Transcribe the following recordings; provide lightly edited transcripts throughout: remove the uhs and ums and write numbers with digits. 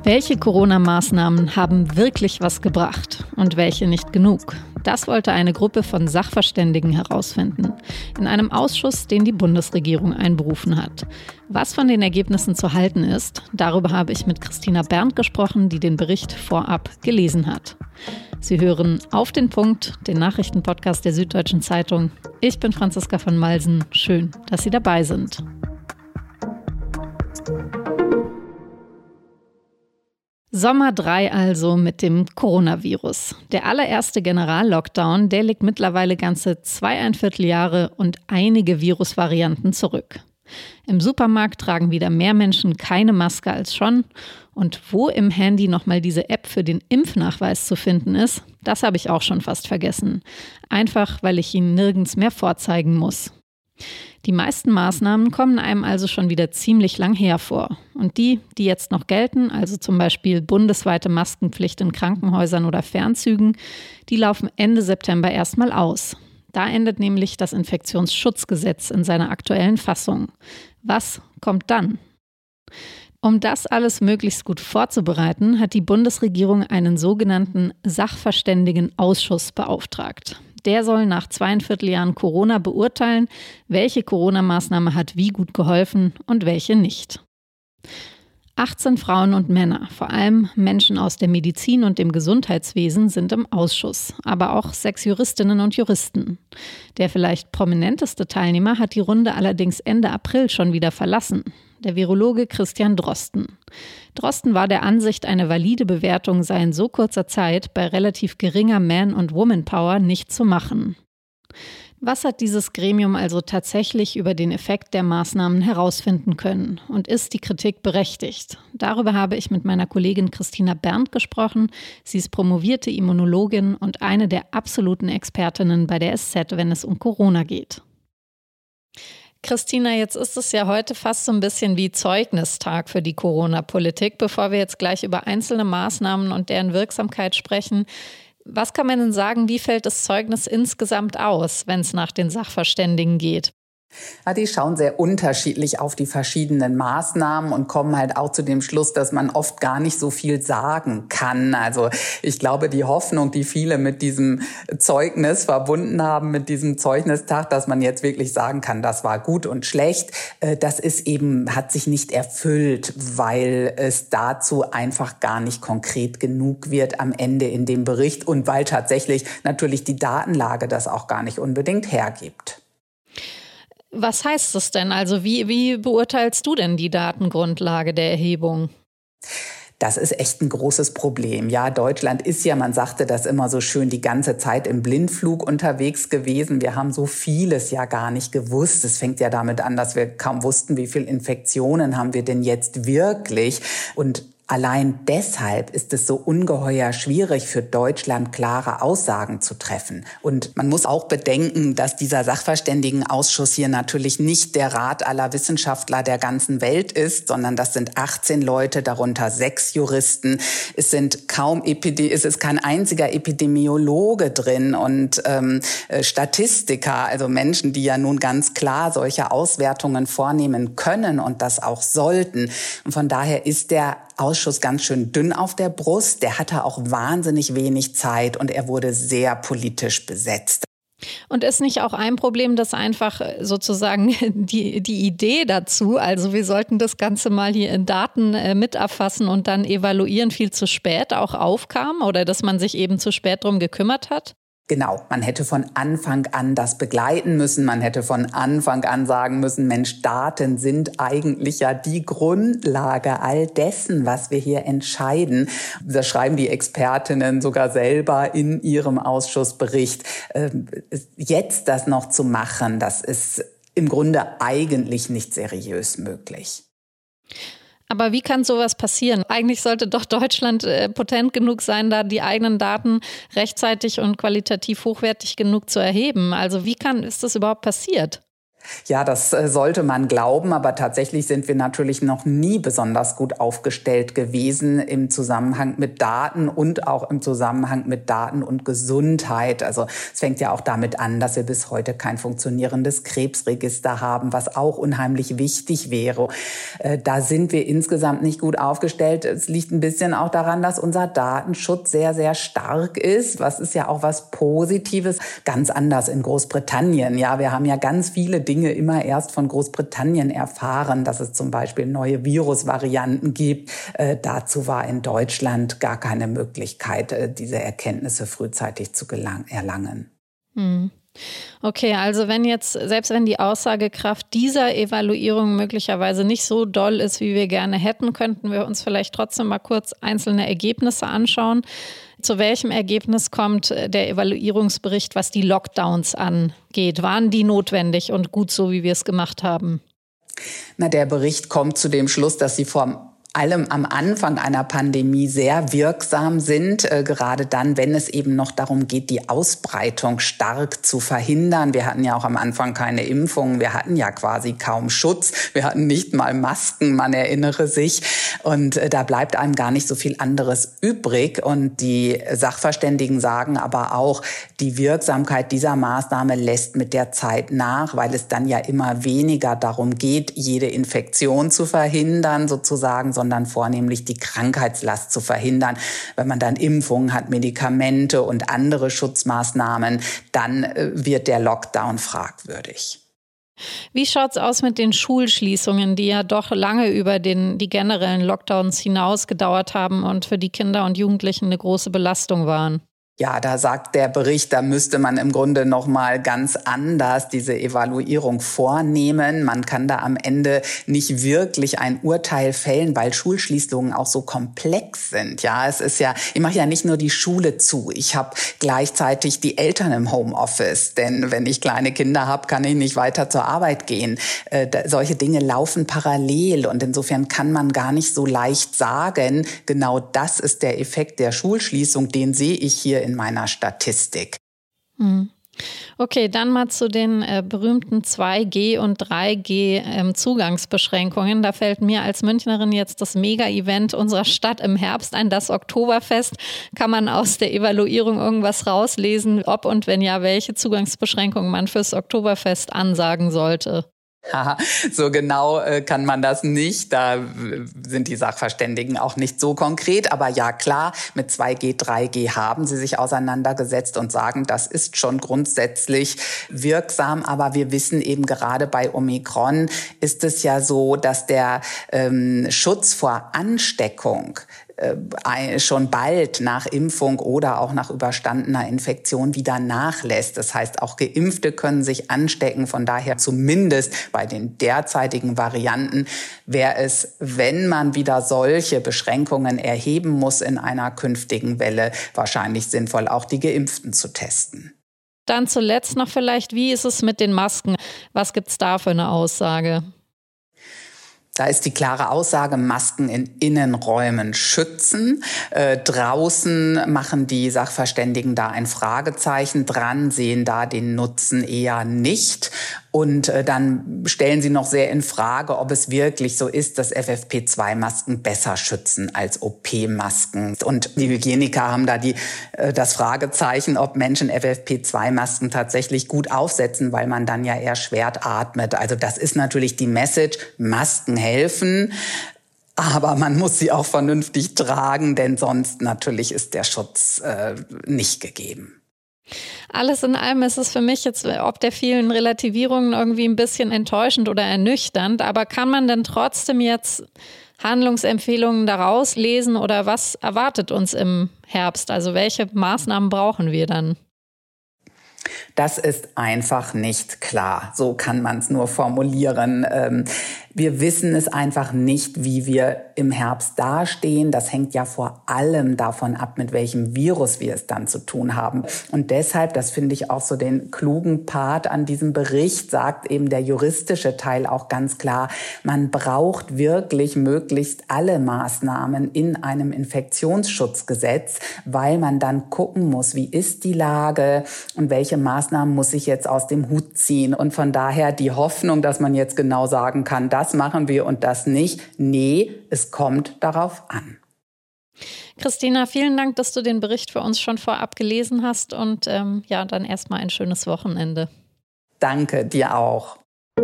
Welche Corona-Maßnahmen haben wirklich was gebracht und welche nicht genug? Das wollte eine Gruppe von Sachverständigen herausfinden, in einem Ausschuss, den die Bundesregierung einberufen hat. Was von den Ergebnissen zu halten ist, darüber habe ich mit Christina Berndt gesprochen, die den Bericht vorab gelesen hat. Sie hören Auf den Punkt, den Nachrichtenpodcast der Süddeutschen Zeitung. Ich bin Franziska von Malsen. Schön, dass Sie dabei sind. Sommer 3 also mit dem Coronavirus. Der allererste Generallockdown, der liegt mittlerweile ganze 2,25 Jahre und einige Virusvarianten zurück. Im Supermarkt tragen wieder mehr Menschen keine Maske als schon. Und wo im Handy nochmal diese App für den Impfnachweis zu finden ist, das habe ich auch schon fast vergessen. Einfach, weil ich ihn nirgends mehr vorzeigen muss. Die meisten Maßnahmen kommen einem also schon wieder ziemlich lang her vor. Und die jetzt noch gelten, also zum Beispiel bundesweite Maskenpflicht in Krankenhäusern oder Fernzügen, die laufen Ende September erstmal aus. Da endet nämlich das Infektionsschutzgesetz in seiner aktuellen Fassung. Was kommt dann? Um das alles möglichst gut vorzubereiten, hat die Bundesregierung einen sogenannten Sachverständigenausschuss beauftragt. Der soll nach 2,25 Jahren Corona beurteilen, welche Corona-Maßnahme hat wie gut geholfen und welche nicht. 18 Frauen und Männer, vor allem Menschen aus der Medizin und dem Gesundheitswesen, sind im Ausschuss, aber auch 6 Juristinnen und Juristen. Der vielleicht prominenteste Teilnehmer hat die Runde allerdings Ende April schon wieder verlassen. Der Virologe Christian Drosten. Drosten war der Ansicht, eine valide Bewertung sei in so kurzer Zeit bei relativ geringer Man- und Woman-Power nicht zu machen. Was hat dieses Gremium also tatsächlich über den Effekt der Maßnahmen herausfinden können? Und ist die Kritik berechtigt? Darüber habe ich mit meiner Kollegin Christina Berndt gesprochen. Sie ist promovierte Immunologin und eine der absoluten Expertinnen bei der SZ, wenn es um Corona geht. Christina, jetzt ist es ja heute fast so ein bisschen wie Zeugnistag für die Corona-Politik. Bevor wir jetzt gleich über einzelne Maßnahmen und deren Wirksamkeit sprechen, was kann man denn sagen, wie fällt das Zeugnis insgesamt aus, wenn es nach den Sachverständigen geht? Ja, die schauen sehr unterschiedlich auf die verschiedenen Maßnahmen und kommen halt auch zu dem Schluss, dass man oft gar nicht so viel sagen kann. Also ich glaube, die Hoffnung, die viele mit diesem Zeugnis verbunden haben, mit diesem Zeugnistag, dass man jetzt wirklich sagen kann, das war gut und schlecht, das ist eben, hat sich nicht erfüllt, weil es dazu einfach gar nicht konkret genug wird am Ende in dem Bericht und weil tatsächlich natürlich die Datenlage das auch gar nicht unbedingt hergibt. Was heißt das denn? Also wie beurteilst du denn die Datengrundlage der Erhebung? Das ist echt ein großes Problem. Ja, Deutschland ist ja, man sagte das immer so schön, die ganze Zeit im Blindflug unterwegs gewesen. Wir haben so vieles ja gar nicht gewusst. Es fängt ja damit an, dass wir kaum wussten, wie viele Infektionen haben wir denn jetzt wirklich. Und allein deshalb ist es so ungeheuer schwierig für Deutschland, klare Aussagen zu treffen. Und man muss auch bedenken, dass dieser Sachverständigenausschuss hier natürlich nicht der Rat aller Wissenschaftler der ganzen Welt ist, sondern das sind 18 Leute, darunter 6 Juristen. Es ist kein einziger Epidemiologe drin und Statistiker, also Menschen, die ja nun ganz klar solche Auswertungen vornehmen können und das auch sollten. Und von daher ist der Ausschuss ganz schön dünn auf der Brust. Der hatte auch wahnsinnig wenig Zeit und er wurde sehr politisch besetzt. Und ist nicht auch ein Problem, dass einfach sozusagen die Idee dazu, also wir sollten das Ganze mal hier in Daten mit erfassen und dann evaluieren, viel zu spät auch aufkam oder dass man sich eben zu spät drum gekümmert hat? Genau, man hätte von Anfang an das begleiten müssen. Man hätte von Anfang an sagen müssen, Mensch, Daten sind eigentlich ja die Grundlage all dessen, was wir hier entscheiden. Das schreiben die Expertinnen sogar selber in ihrem Ausschussbericht. Jetzt das noch zu machen, das ist im Grunde eigentlich nicht seriös möglich. Aber wie kann sowas passieren? Eigentlich sollte doch Deutschland potent genug sein, da die eigenen Daten rechtzeitig und qualitativ hochwertig genug zu erheben. Also ist das überhaupt passiert? Ja, das sollte man glauben, aber tatsächlich sind wir natürlich noch nie besonders gut aufgestellt gewesen im Zusammenhang mit Daten und auch im Zusammenhang mit Daten und Gesundheit. Also es fängt ja auch damit an, dass wir bis heute kein funktionierendes Krebsregister haben, was auch unheimlich wichtig wäre. Da sind wir insgesamt nicht gut aufgestellt. Es liegt ein bisschen auch daran, dass unser Datenschutz sehr, sehr stark ist. Was ist ja auch was Positives. Ganz anders in Großbritannien. Ja, wir haben ja ganz viele Dinge immer erst von Großbritannien erfahren, dass es zum Beispiel neue Virusvarianten gibt. Dazu war in Deutschland gar keine Möglichkeit, diese Erkenntnisse frühzeitig zu erlangen. Okay, also selbst wenn die Aussagekraft dieser Evaluierung möglicherweise nicht so doll ist, wie wir gerne hätten, könnten wir uns vielleicht trotzdem mal kurz einzelne Ergebnisse anschauen. Zu welchem Ergebnis kommt der Evaluierungsbericht, was die Lockdowns angeht? Waren die notwendig und gut so, wie wir es gemacht haben? Der Bericht kommt zu dem Schluss, dass sie vor allem am Anfang einer Pandemie sehr wirksam sind, gerade dann, wenn es eben noch darum geht, die Ausbreitung stark zu verhindern. Wir hatten ja auch am Anfang keine Impfungen, wir hatten ja quasi kaum Schutz, wir hatten nicht mal Masken, man erinnere sich. Und da bleibt einem gar nicht so viel anderes übrig. Und die Sachverständigen sagen aber auch, die Wirksamkeit dieser Maßnahme lässt mit der Zeit nach, weil es dann ja immer weniger darum geht, jede Infektion zu verhindern sozusagen, sondern vornehmlich die Krankheitslast zu verhindern. Wenn man dann Impfungen hat, Medikamente und andere Schutzmaßnahmen, dann wird der Lockdown fragwürdig. Wie schaut's aus mit den Schulschließungen, die ja doch lange über die generellen Lockdowns hinaus gedauert haben und für die Kinder und Jugendlichen eine große Belastung waren? Ja, da sagt der Bericht, da müsste man im Grunde noch mal ganz anders diese Evaluierung vornehmen. Man kann da am Ende nicht wirklich ein Urteil fällen, weil Schulschließungen auch so komplex sind. Ja, es ist ja, ich mache ja nicht nur die Schule zu. Ich habe gleichzeitig die Eltern im Homeoffice, denn wenn ich kleine Kinder habe, kann ich nicht weiter zur Arbeit gehen. Solche Dinge laufen parallel und insofern kann man gar nicht so leicht sagen, genau das ist der Effekt der Schulschließung, den sehe ich hier in meiner Statistik. Okay, dann mal zu den berühmten 2G und 3G Zugangsbeschränkungen. Da fällt mir als Münchnerin jetzt das Mega-Event unserer Stadt im Herbst ein, das Oktoberfest. Kann man aus der Evaluierung irgendwas rauslesen, ob und wenn ja, welche Zugangsbeschränkungen man fürs Oktoberfest ansagen sollte? So genau kann man das nicht. Da sind die Sachverständigen auch nicht so konkret. Aber ja, klar, mit 2G, 3G haben sie sich auseinandergesetzt und sagen, das ist schon grundsätzlich wirksam. Aber wir wissen eben gerade bei Omikron ist es ja so, dass der Schutz vor Ansteckung schon bald nach Impfung oder auch nach überstandener Infektion wieder nachlässt. Das heißt, auch Geimpfte können sich anstecken. Von daher zumindest bei den derzeitigen Varianten wäre es, wenn man wieder solche Beschränkungen erheben muss in einer künftigen Welle, wahrscheinlich sinnvoll, auch die Geimpften zu testen. Dann zuletzt noch vielleicht, wie ist es mit den Masken? Was gibt's da für eine Aussage? Da ist die klare Aussage, Masken in Innenräumen schützen. Draußen machen die Sachverständigen da ein Fragezeichen dran, sehen da den Nutzen eher nicht. Und dann stellen sie noch sehr in Frage, ob es wirklich so ist, dass FFP2-Masken besser schützen als OP-Masken. Und die Hygieniker haben da das Fragezeichen, ob Menschen FFP2-Masken tatsächlich gut aufsetzen, weil man dann ja eher schwer atmet. Also das ist natürlich die Message, Masken helfen. Aber man muss sie auch vernünftig tragen, denn sonst natürlich ist der Schutz nicht gegeben. Alles in allem ist es für mich jetzt ob der vielen Relativierungen irgendwie ein bisschen enttäuschend oder ernüchternd. Aber kann man denn trotzdem jetzt Handlungsempfehlungen daraus lesen oder was erwartet uns im Herbst? Also welche Maßnahmen brauchen wir dann? Das ist einfach nicht klar. So kann man es nur formulieren. Wir wissen es einfach nicht, wie wir im Herbst dastehen. Das hängt ja vor allem davon ab, mit welchem Virus wir es dann zu tun haben. Und deshalb, das finde ich auch so den klugen Part an diesem Bericht, sagt eben der juristische Teil auch ganz klar, man braucht wirklich möglichst alle Maßnahmen in einem Infektionsschutzgesetz, weil man dann gucken muss, wie ist die Lage und welche welche Maßnahmen muss ich jetzt aus dem Hut ziehen? Und von daher die Hoffnung, dass man jetzt genau sagen kann, das machen wir und das nicht. Nee, es kommt darauf an. Christina, vielen Dank, dass du den Bericht für uns schon vorab gelesen hast und dann erstmal ein schönes Wochenende. Danke, dir auch.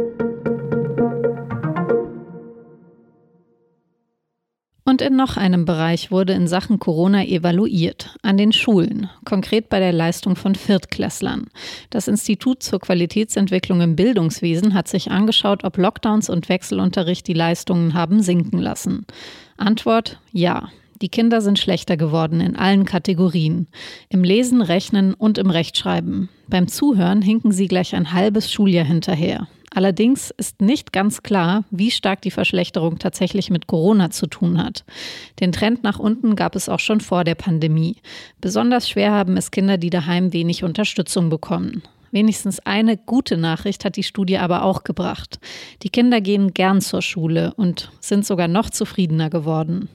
Und in noch einem Bereich wurde in Sachen Corona evaluiert, an den Schulen, konkret bei der Leistung von Viertklässlern. Das Institut zur Qualitätsentwicklung im Bildungswesen hat sich angeschaut, ob Lockdowns und Wechselunterricht die Leistungen haben sinken lassen. Antwort: ja. Die Kinder sind schlechter geworden in allen Kategorien. Im Lesen, Rechnen und im Rechtschreiben. Beim Zuhören hinken sie gleich ein halbes Schuljahr hinterher. Allerdings ist nicht ganz klar, wie stark die Verschlechterung tatsächlich mit Corona zu tun hat. Den Trend nach unten gab es auch schon vor der Pandemie. Besonders schwer haben es Kinder, die daheim wenig Unterstützung bekommen. Wenigstens eine gute Nachricht hat die Studie aber auch gebracht. Die Kinder gehen gern zur Schule und sind sogar noch zufriedener geworden.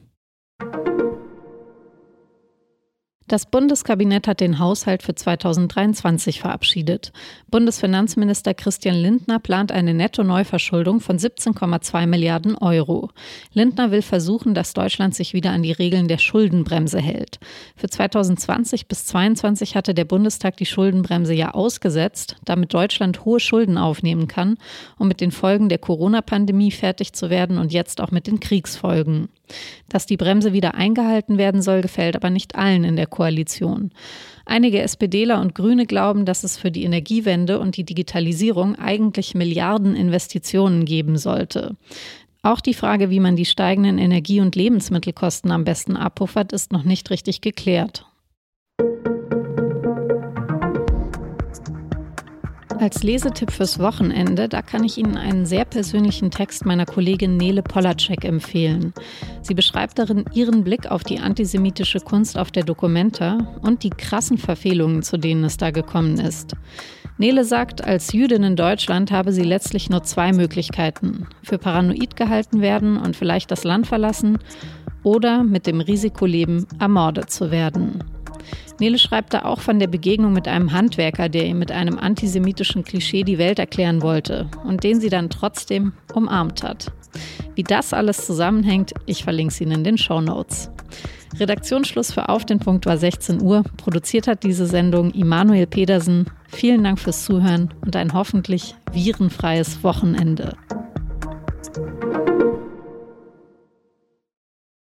Das Bundeskabinett hat den Haushalt für 2023 verabschiedet. Bundesfinanzminister Christian Lindner plant eine Netto-Neuverschuldung von 17,2 Milliarden Euro. Lindner will versuchen, dass Deutschland sich wieder an die Regeln der Schuldenbremse hält. Für 2020 bis 2022 hatte der Bundestag die Schuldenbremse ja ausgesetzt, damit Deutschland hohe Schulden aufnehmen kann, um mit den Folgen der Corona-Pandemie fertig zu werden und jetzt auch mit den Kriegsfolgen. Dass die Bremse wieder eingehalten werden soll, gefällt aber nicht allen in der Koalition. Einige SPDler und Grüne glauben, dass es für die Energiewende und die Digitalisierung eigentlich Milliardeninvestitionen geben sollte. Auch die Frage, wie man die steigenden Energie- und Lebensmittelkosten am besten abpuffert, ist noch nicht richtig geklärt. Als Lesetipp fürs Wochenende, da kann ich Ihnen einen sehr persönlichen Text meiner Kollegin Nele Polacek empfehlen. Sie beschreibt darin ihren Blick auf die antisemitische Kunst auf der Documenta und die krassen Verfehlungen, zu denen es da gekommen ist. Nele sagt, als Jüdin in Deutschland habe sie letztlich nur zwei Möglichkeiten: für paranoid gehalten werden und vielleicht das Land verlassen oder mit dem Risiko leben, ermordet zu werden. Nele schreibt da auch von der Begegnung mit einem Handwerker, der ihr mit einem antisemitischen Klischee die Welt erklären wollte und den sie dann trotzdem umarmt hat. Wie das alles zusammenhängt, ich verlinke es Ihnen in den Shownotes. Redaktionsschluss für Auf den Punkt war 16 Uhr. Produziert hat diese Sendung Immanuel Pedersen. Vielen Dank fürs Zuhören und ein hoffentlich virenfreies Wochenende.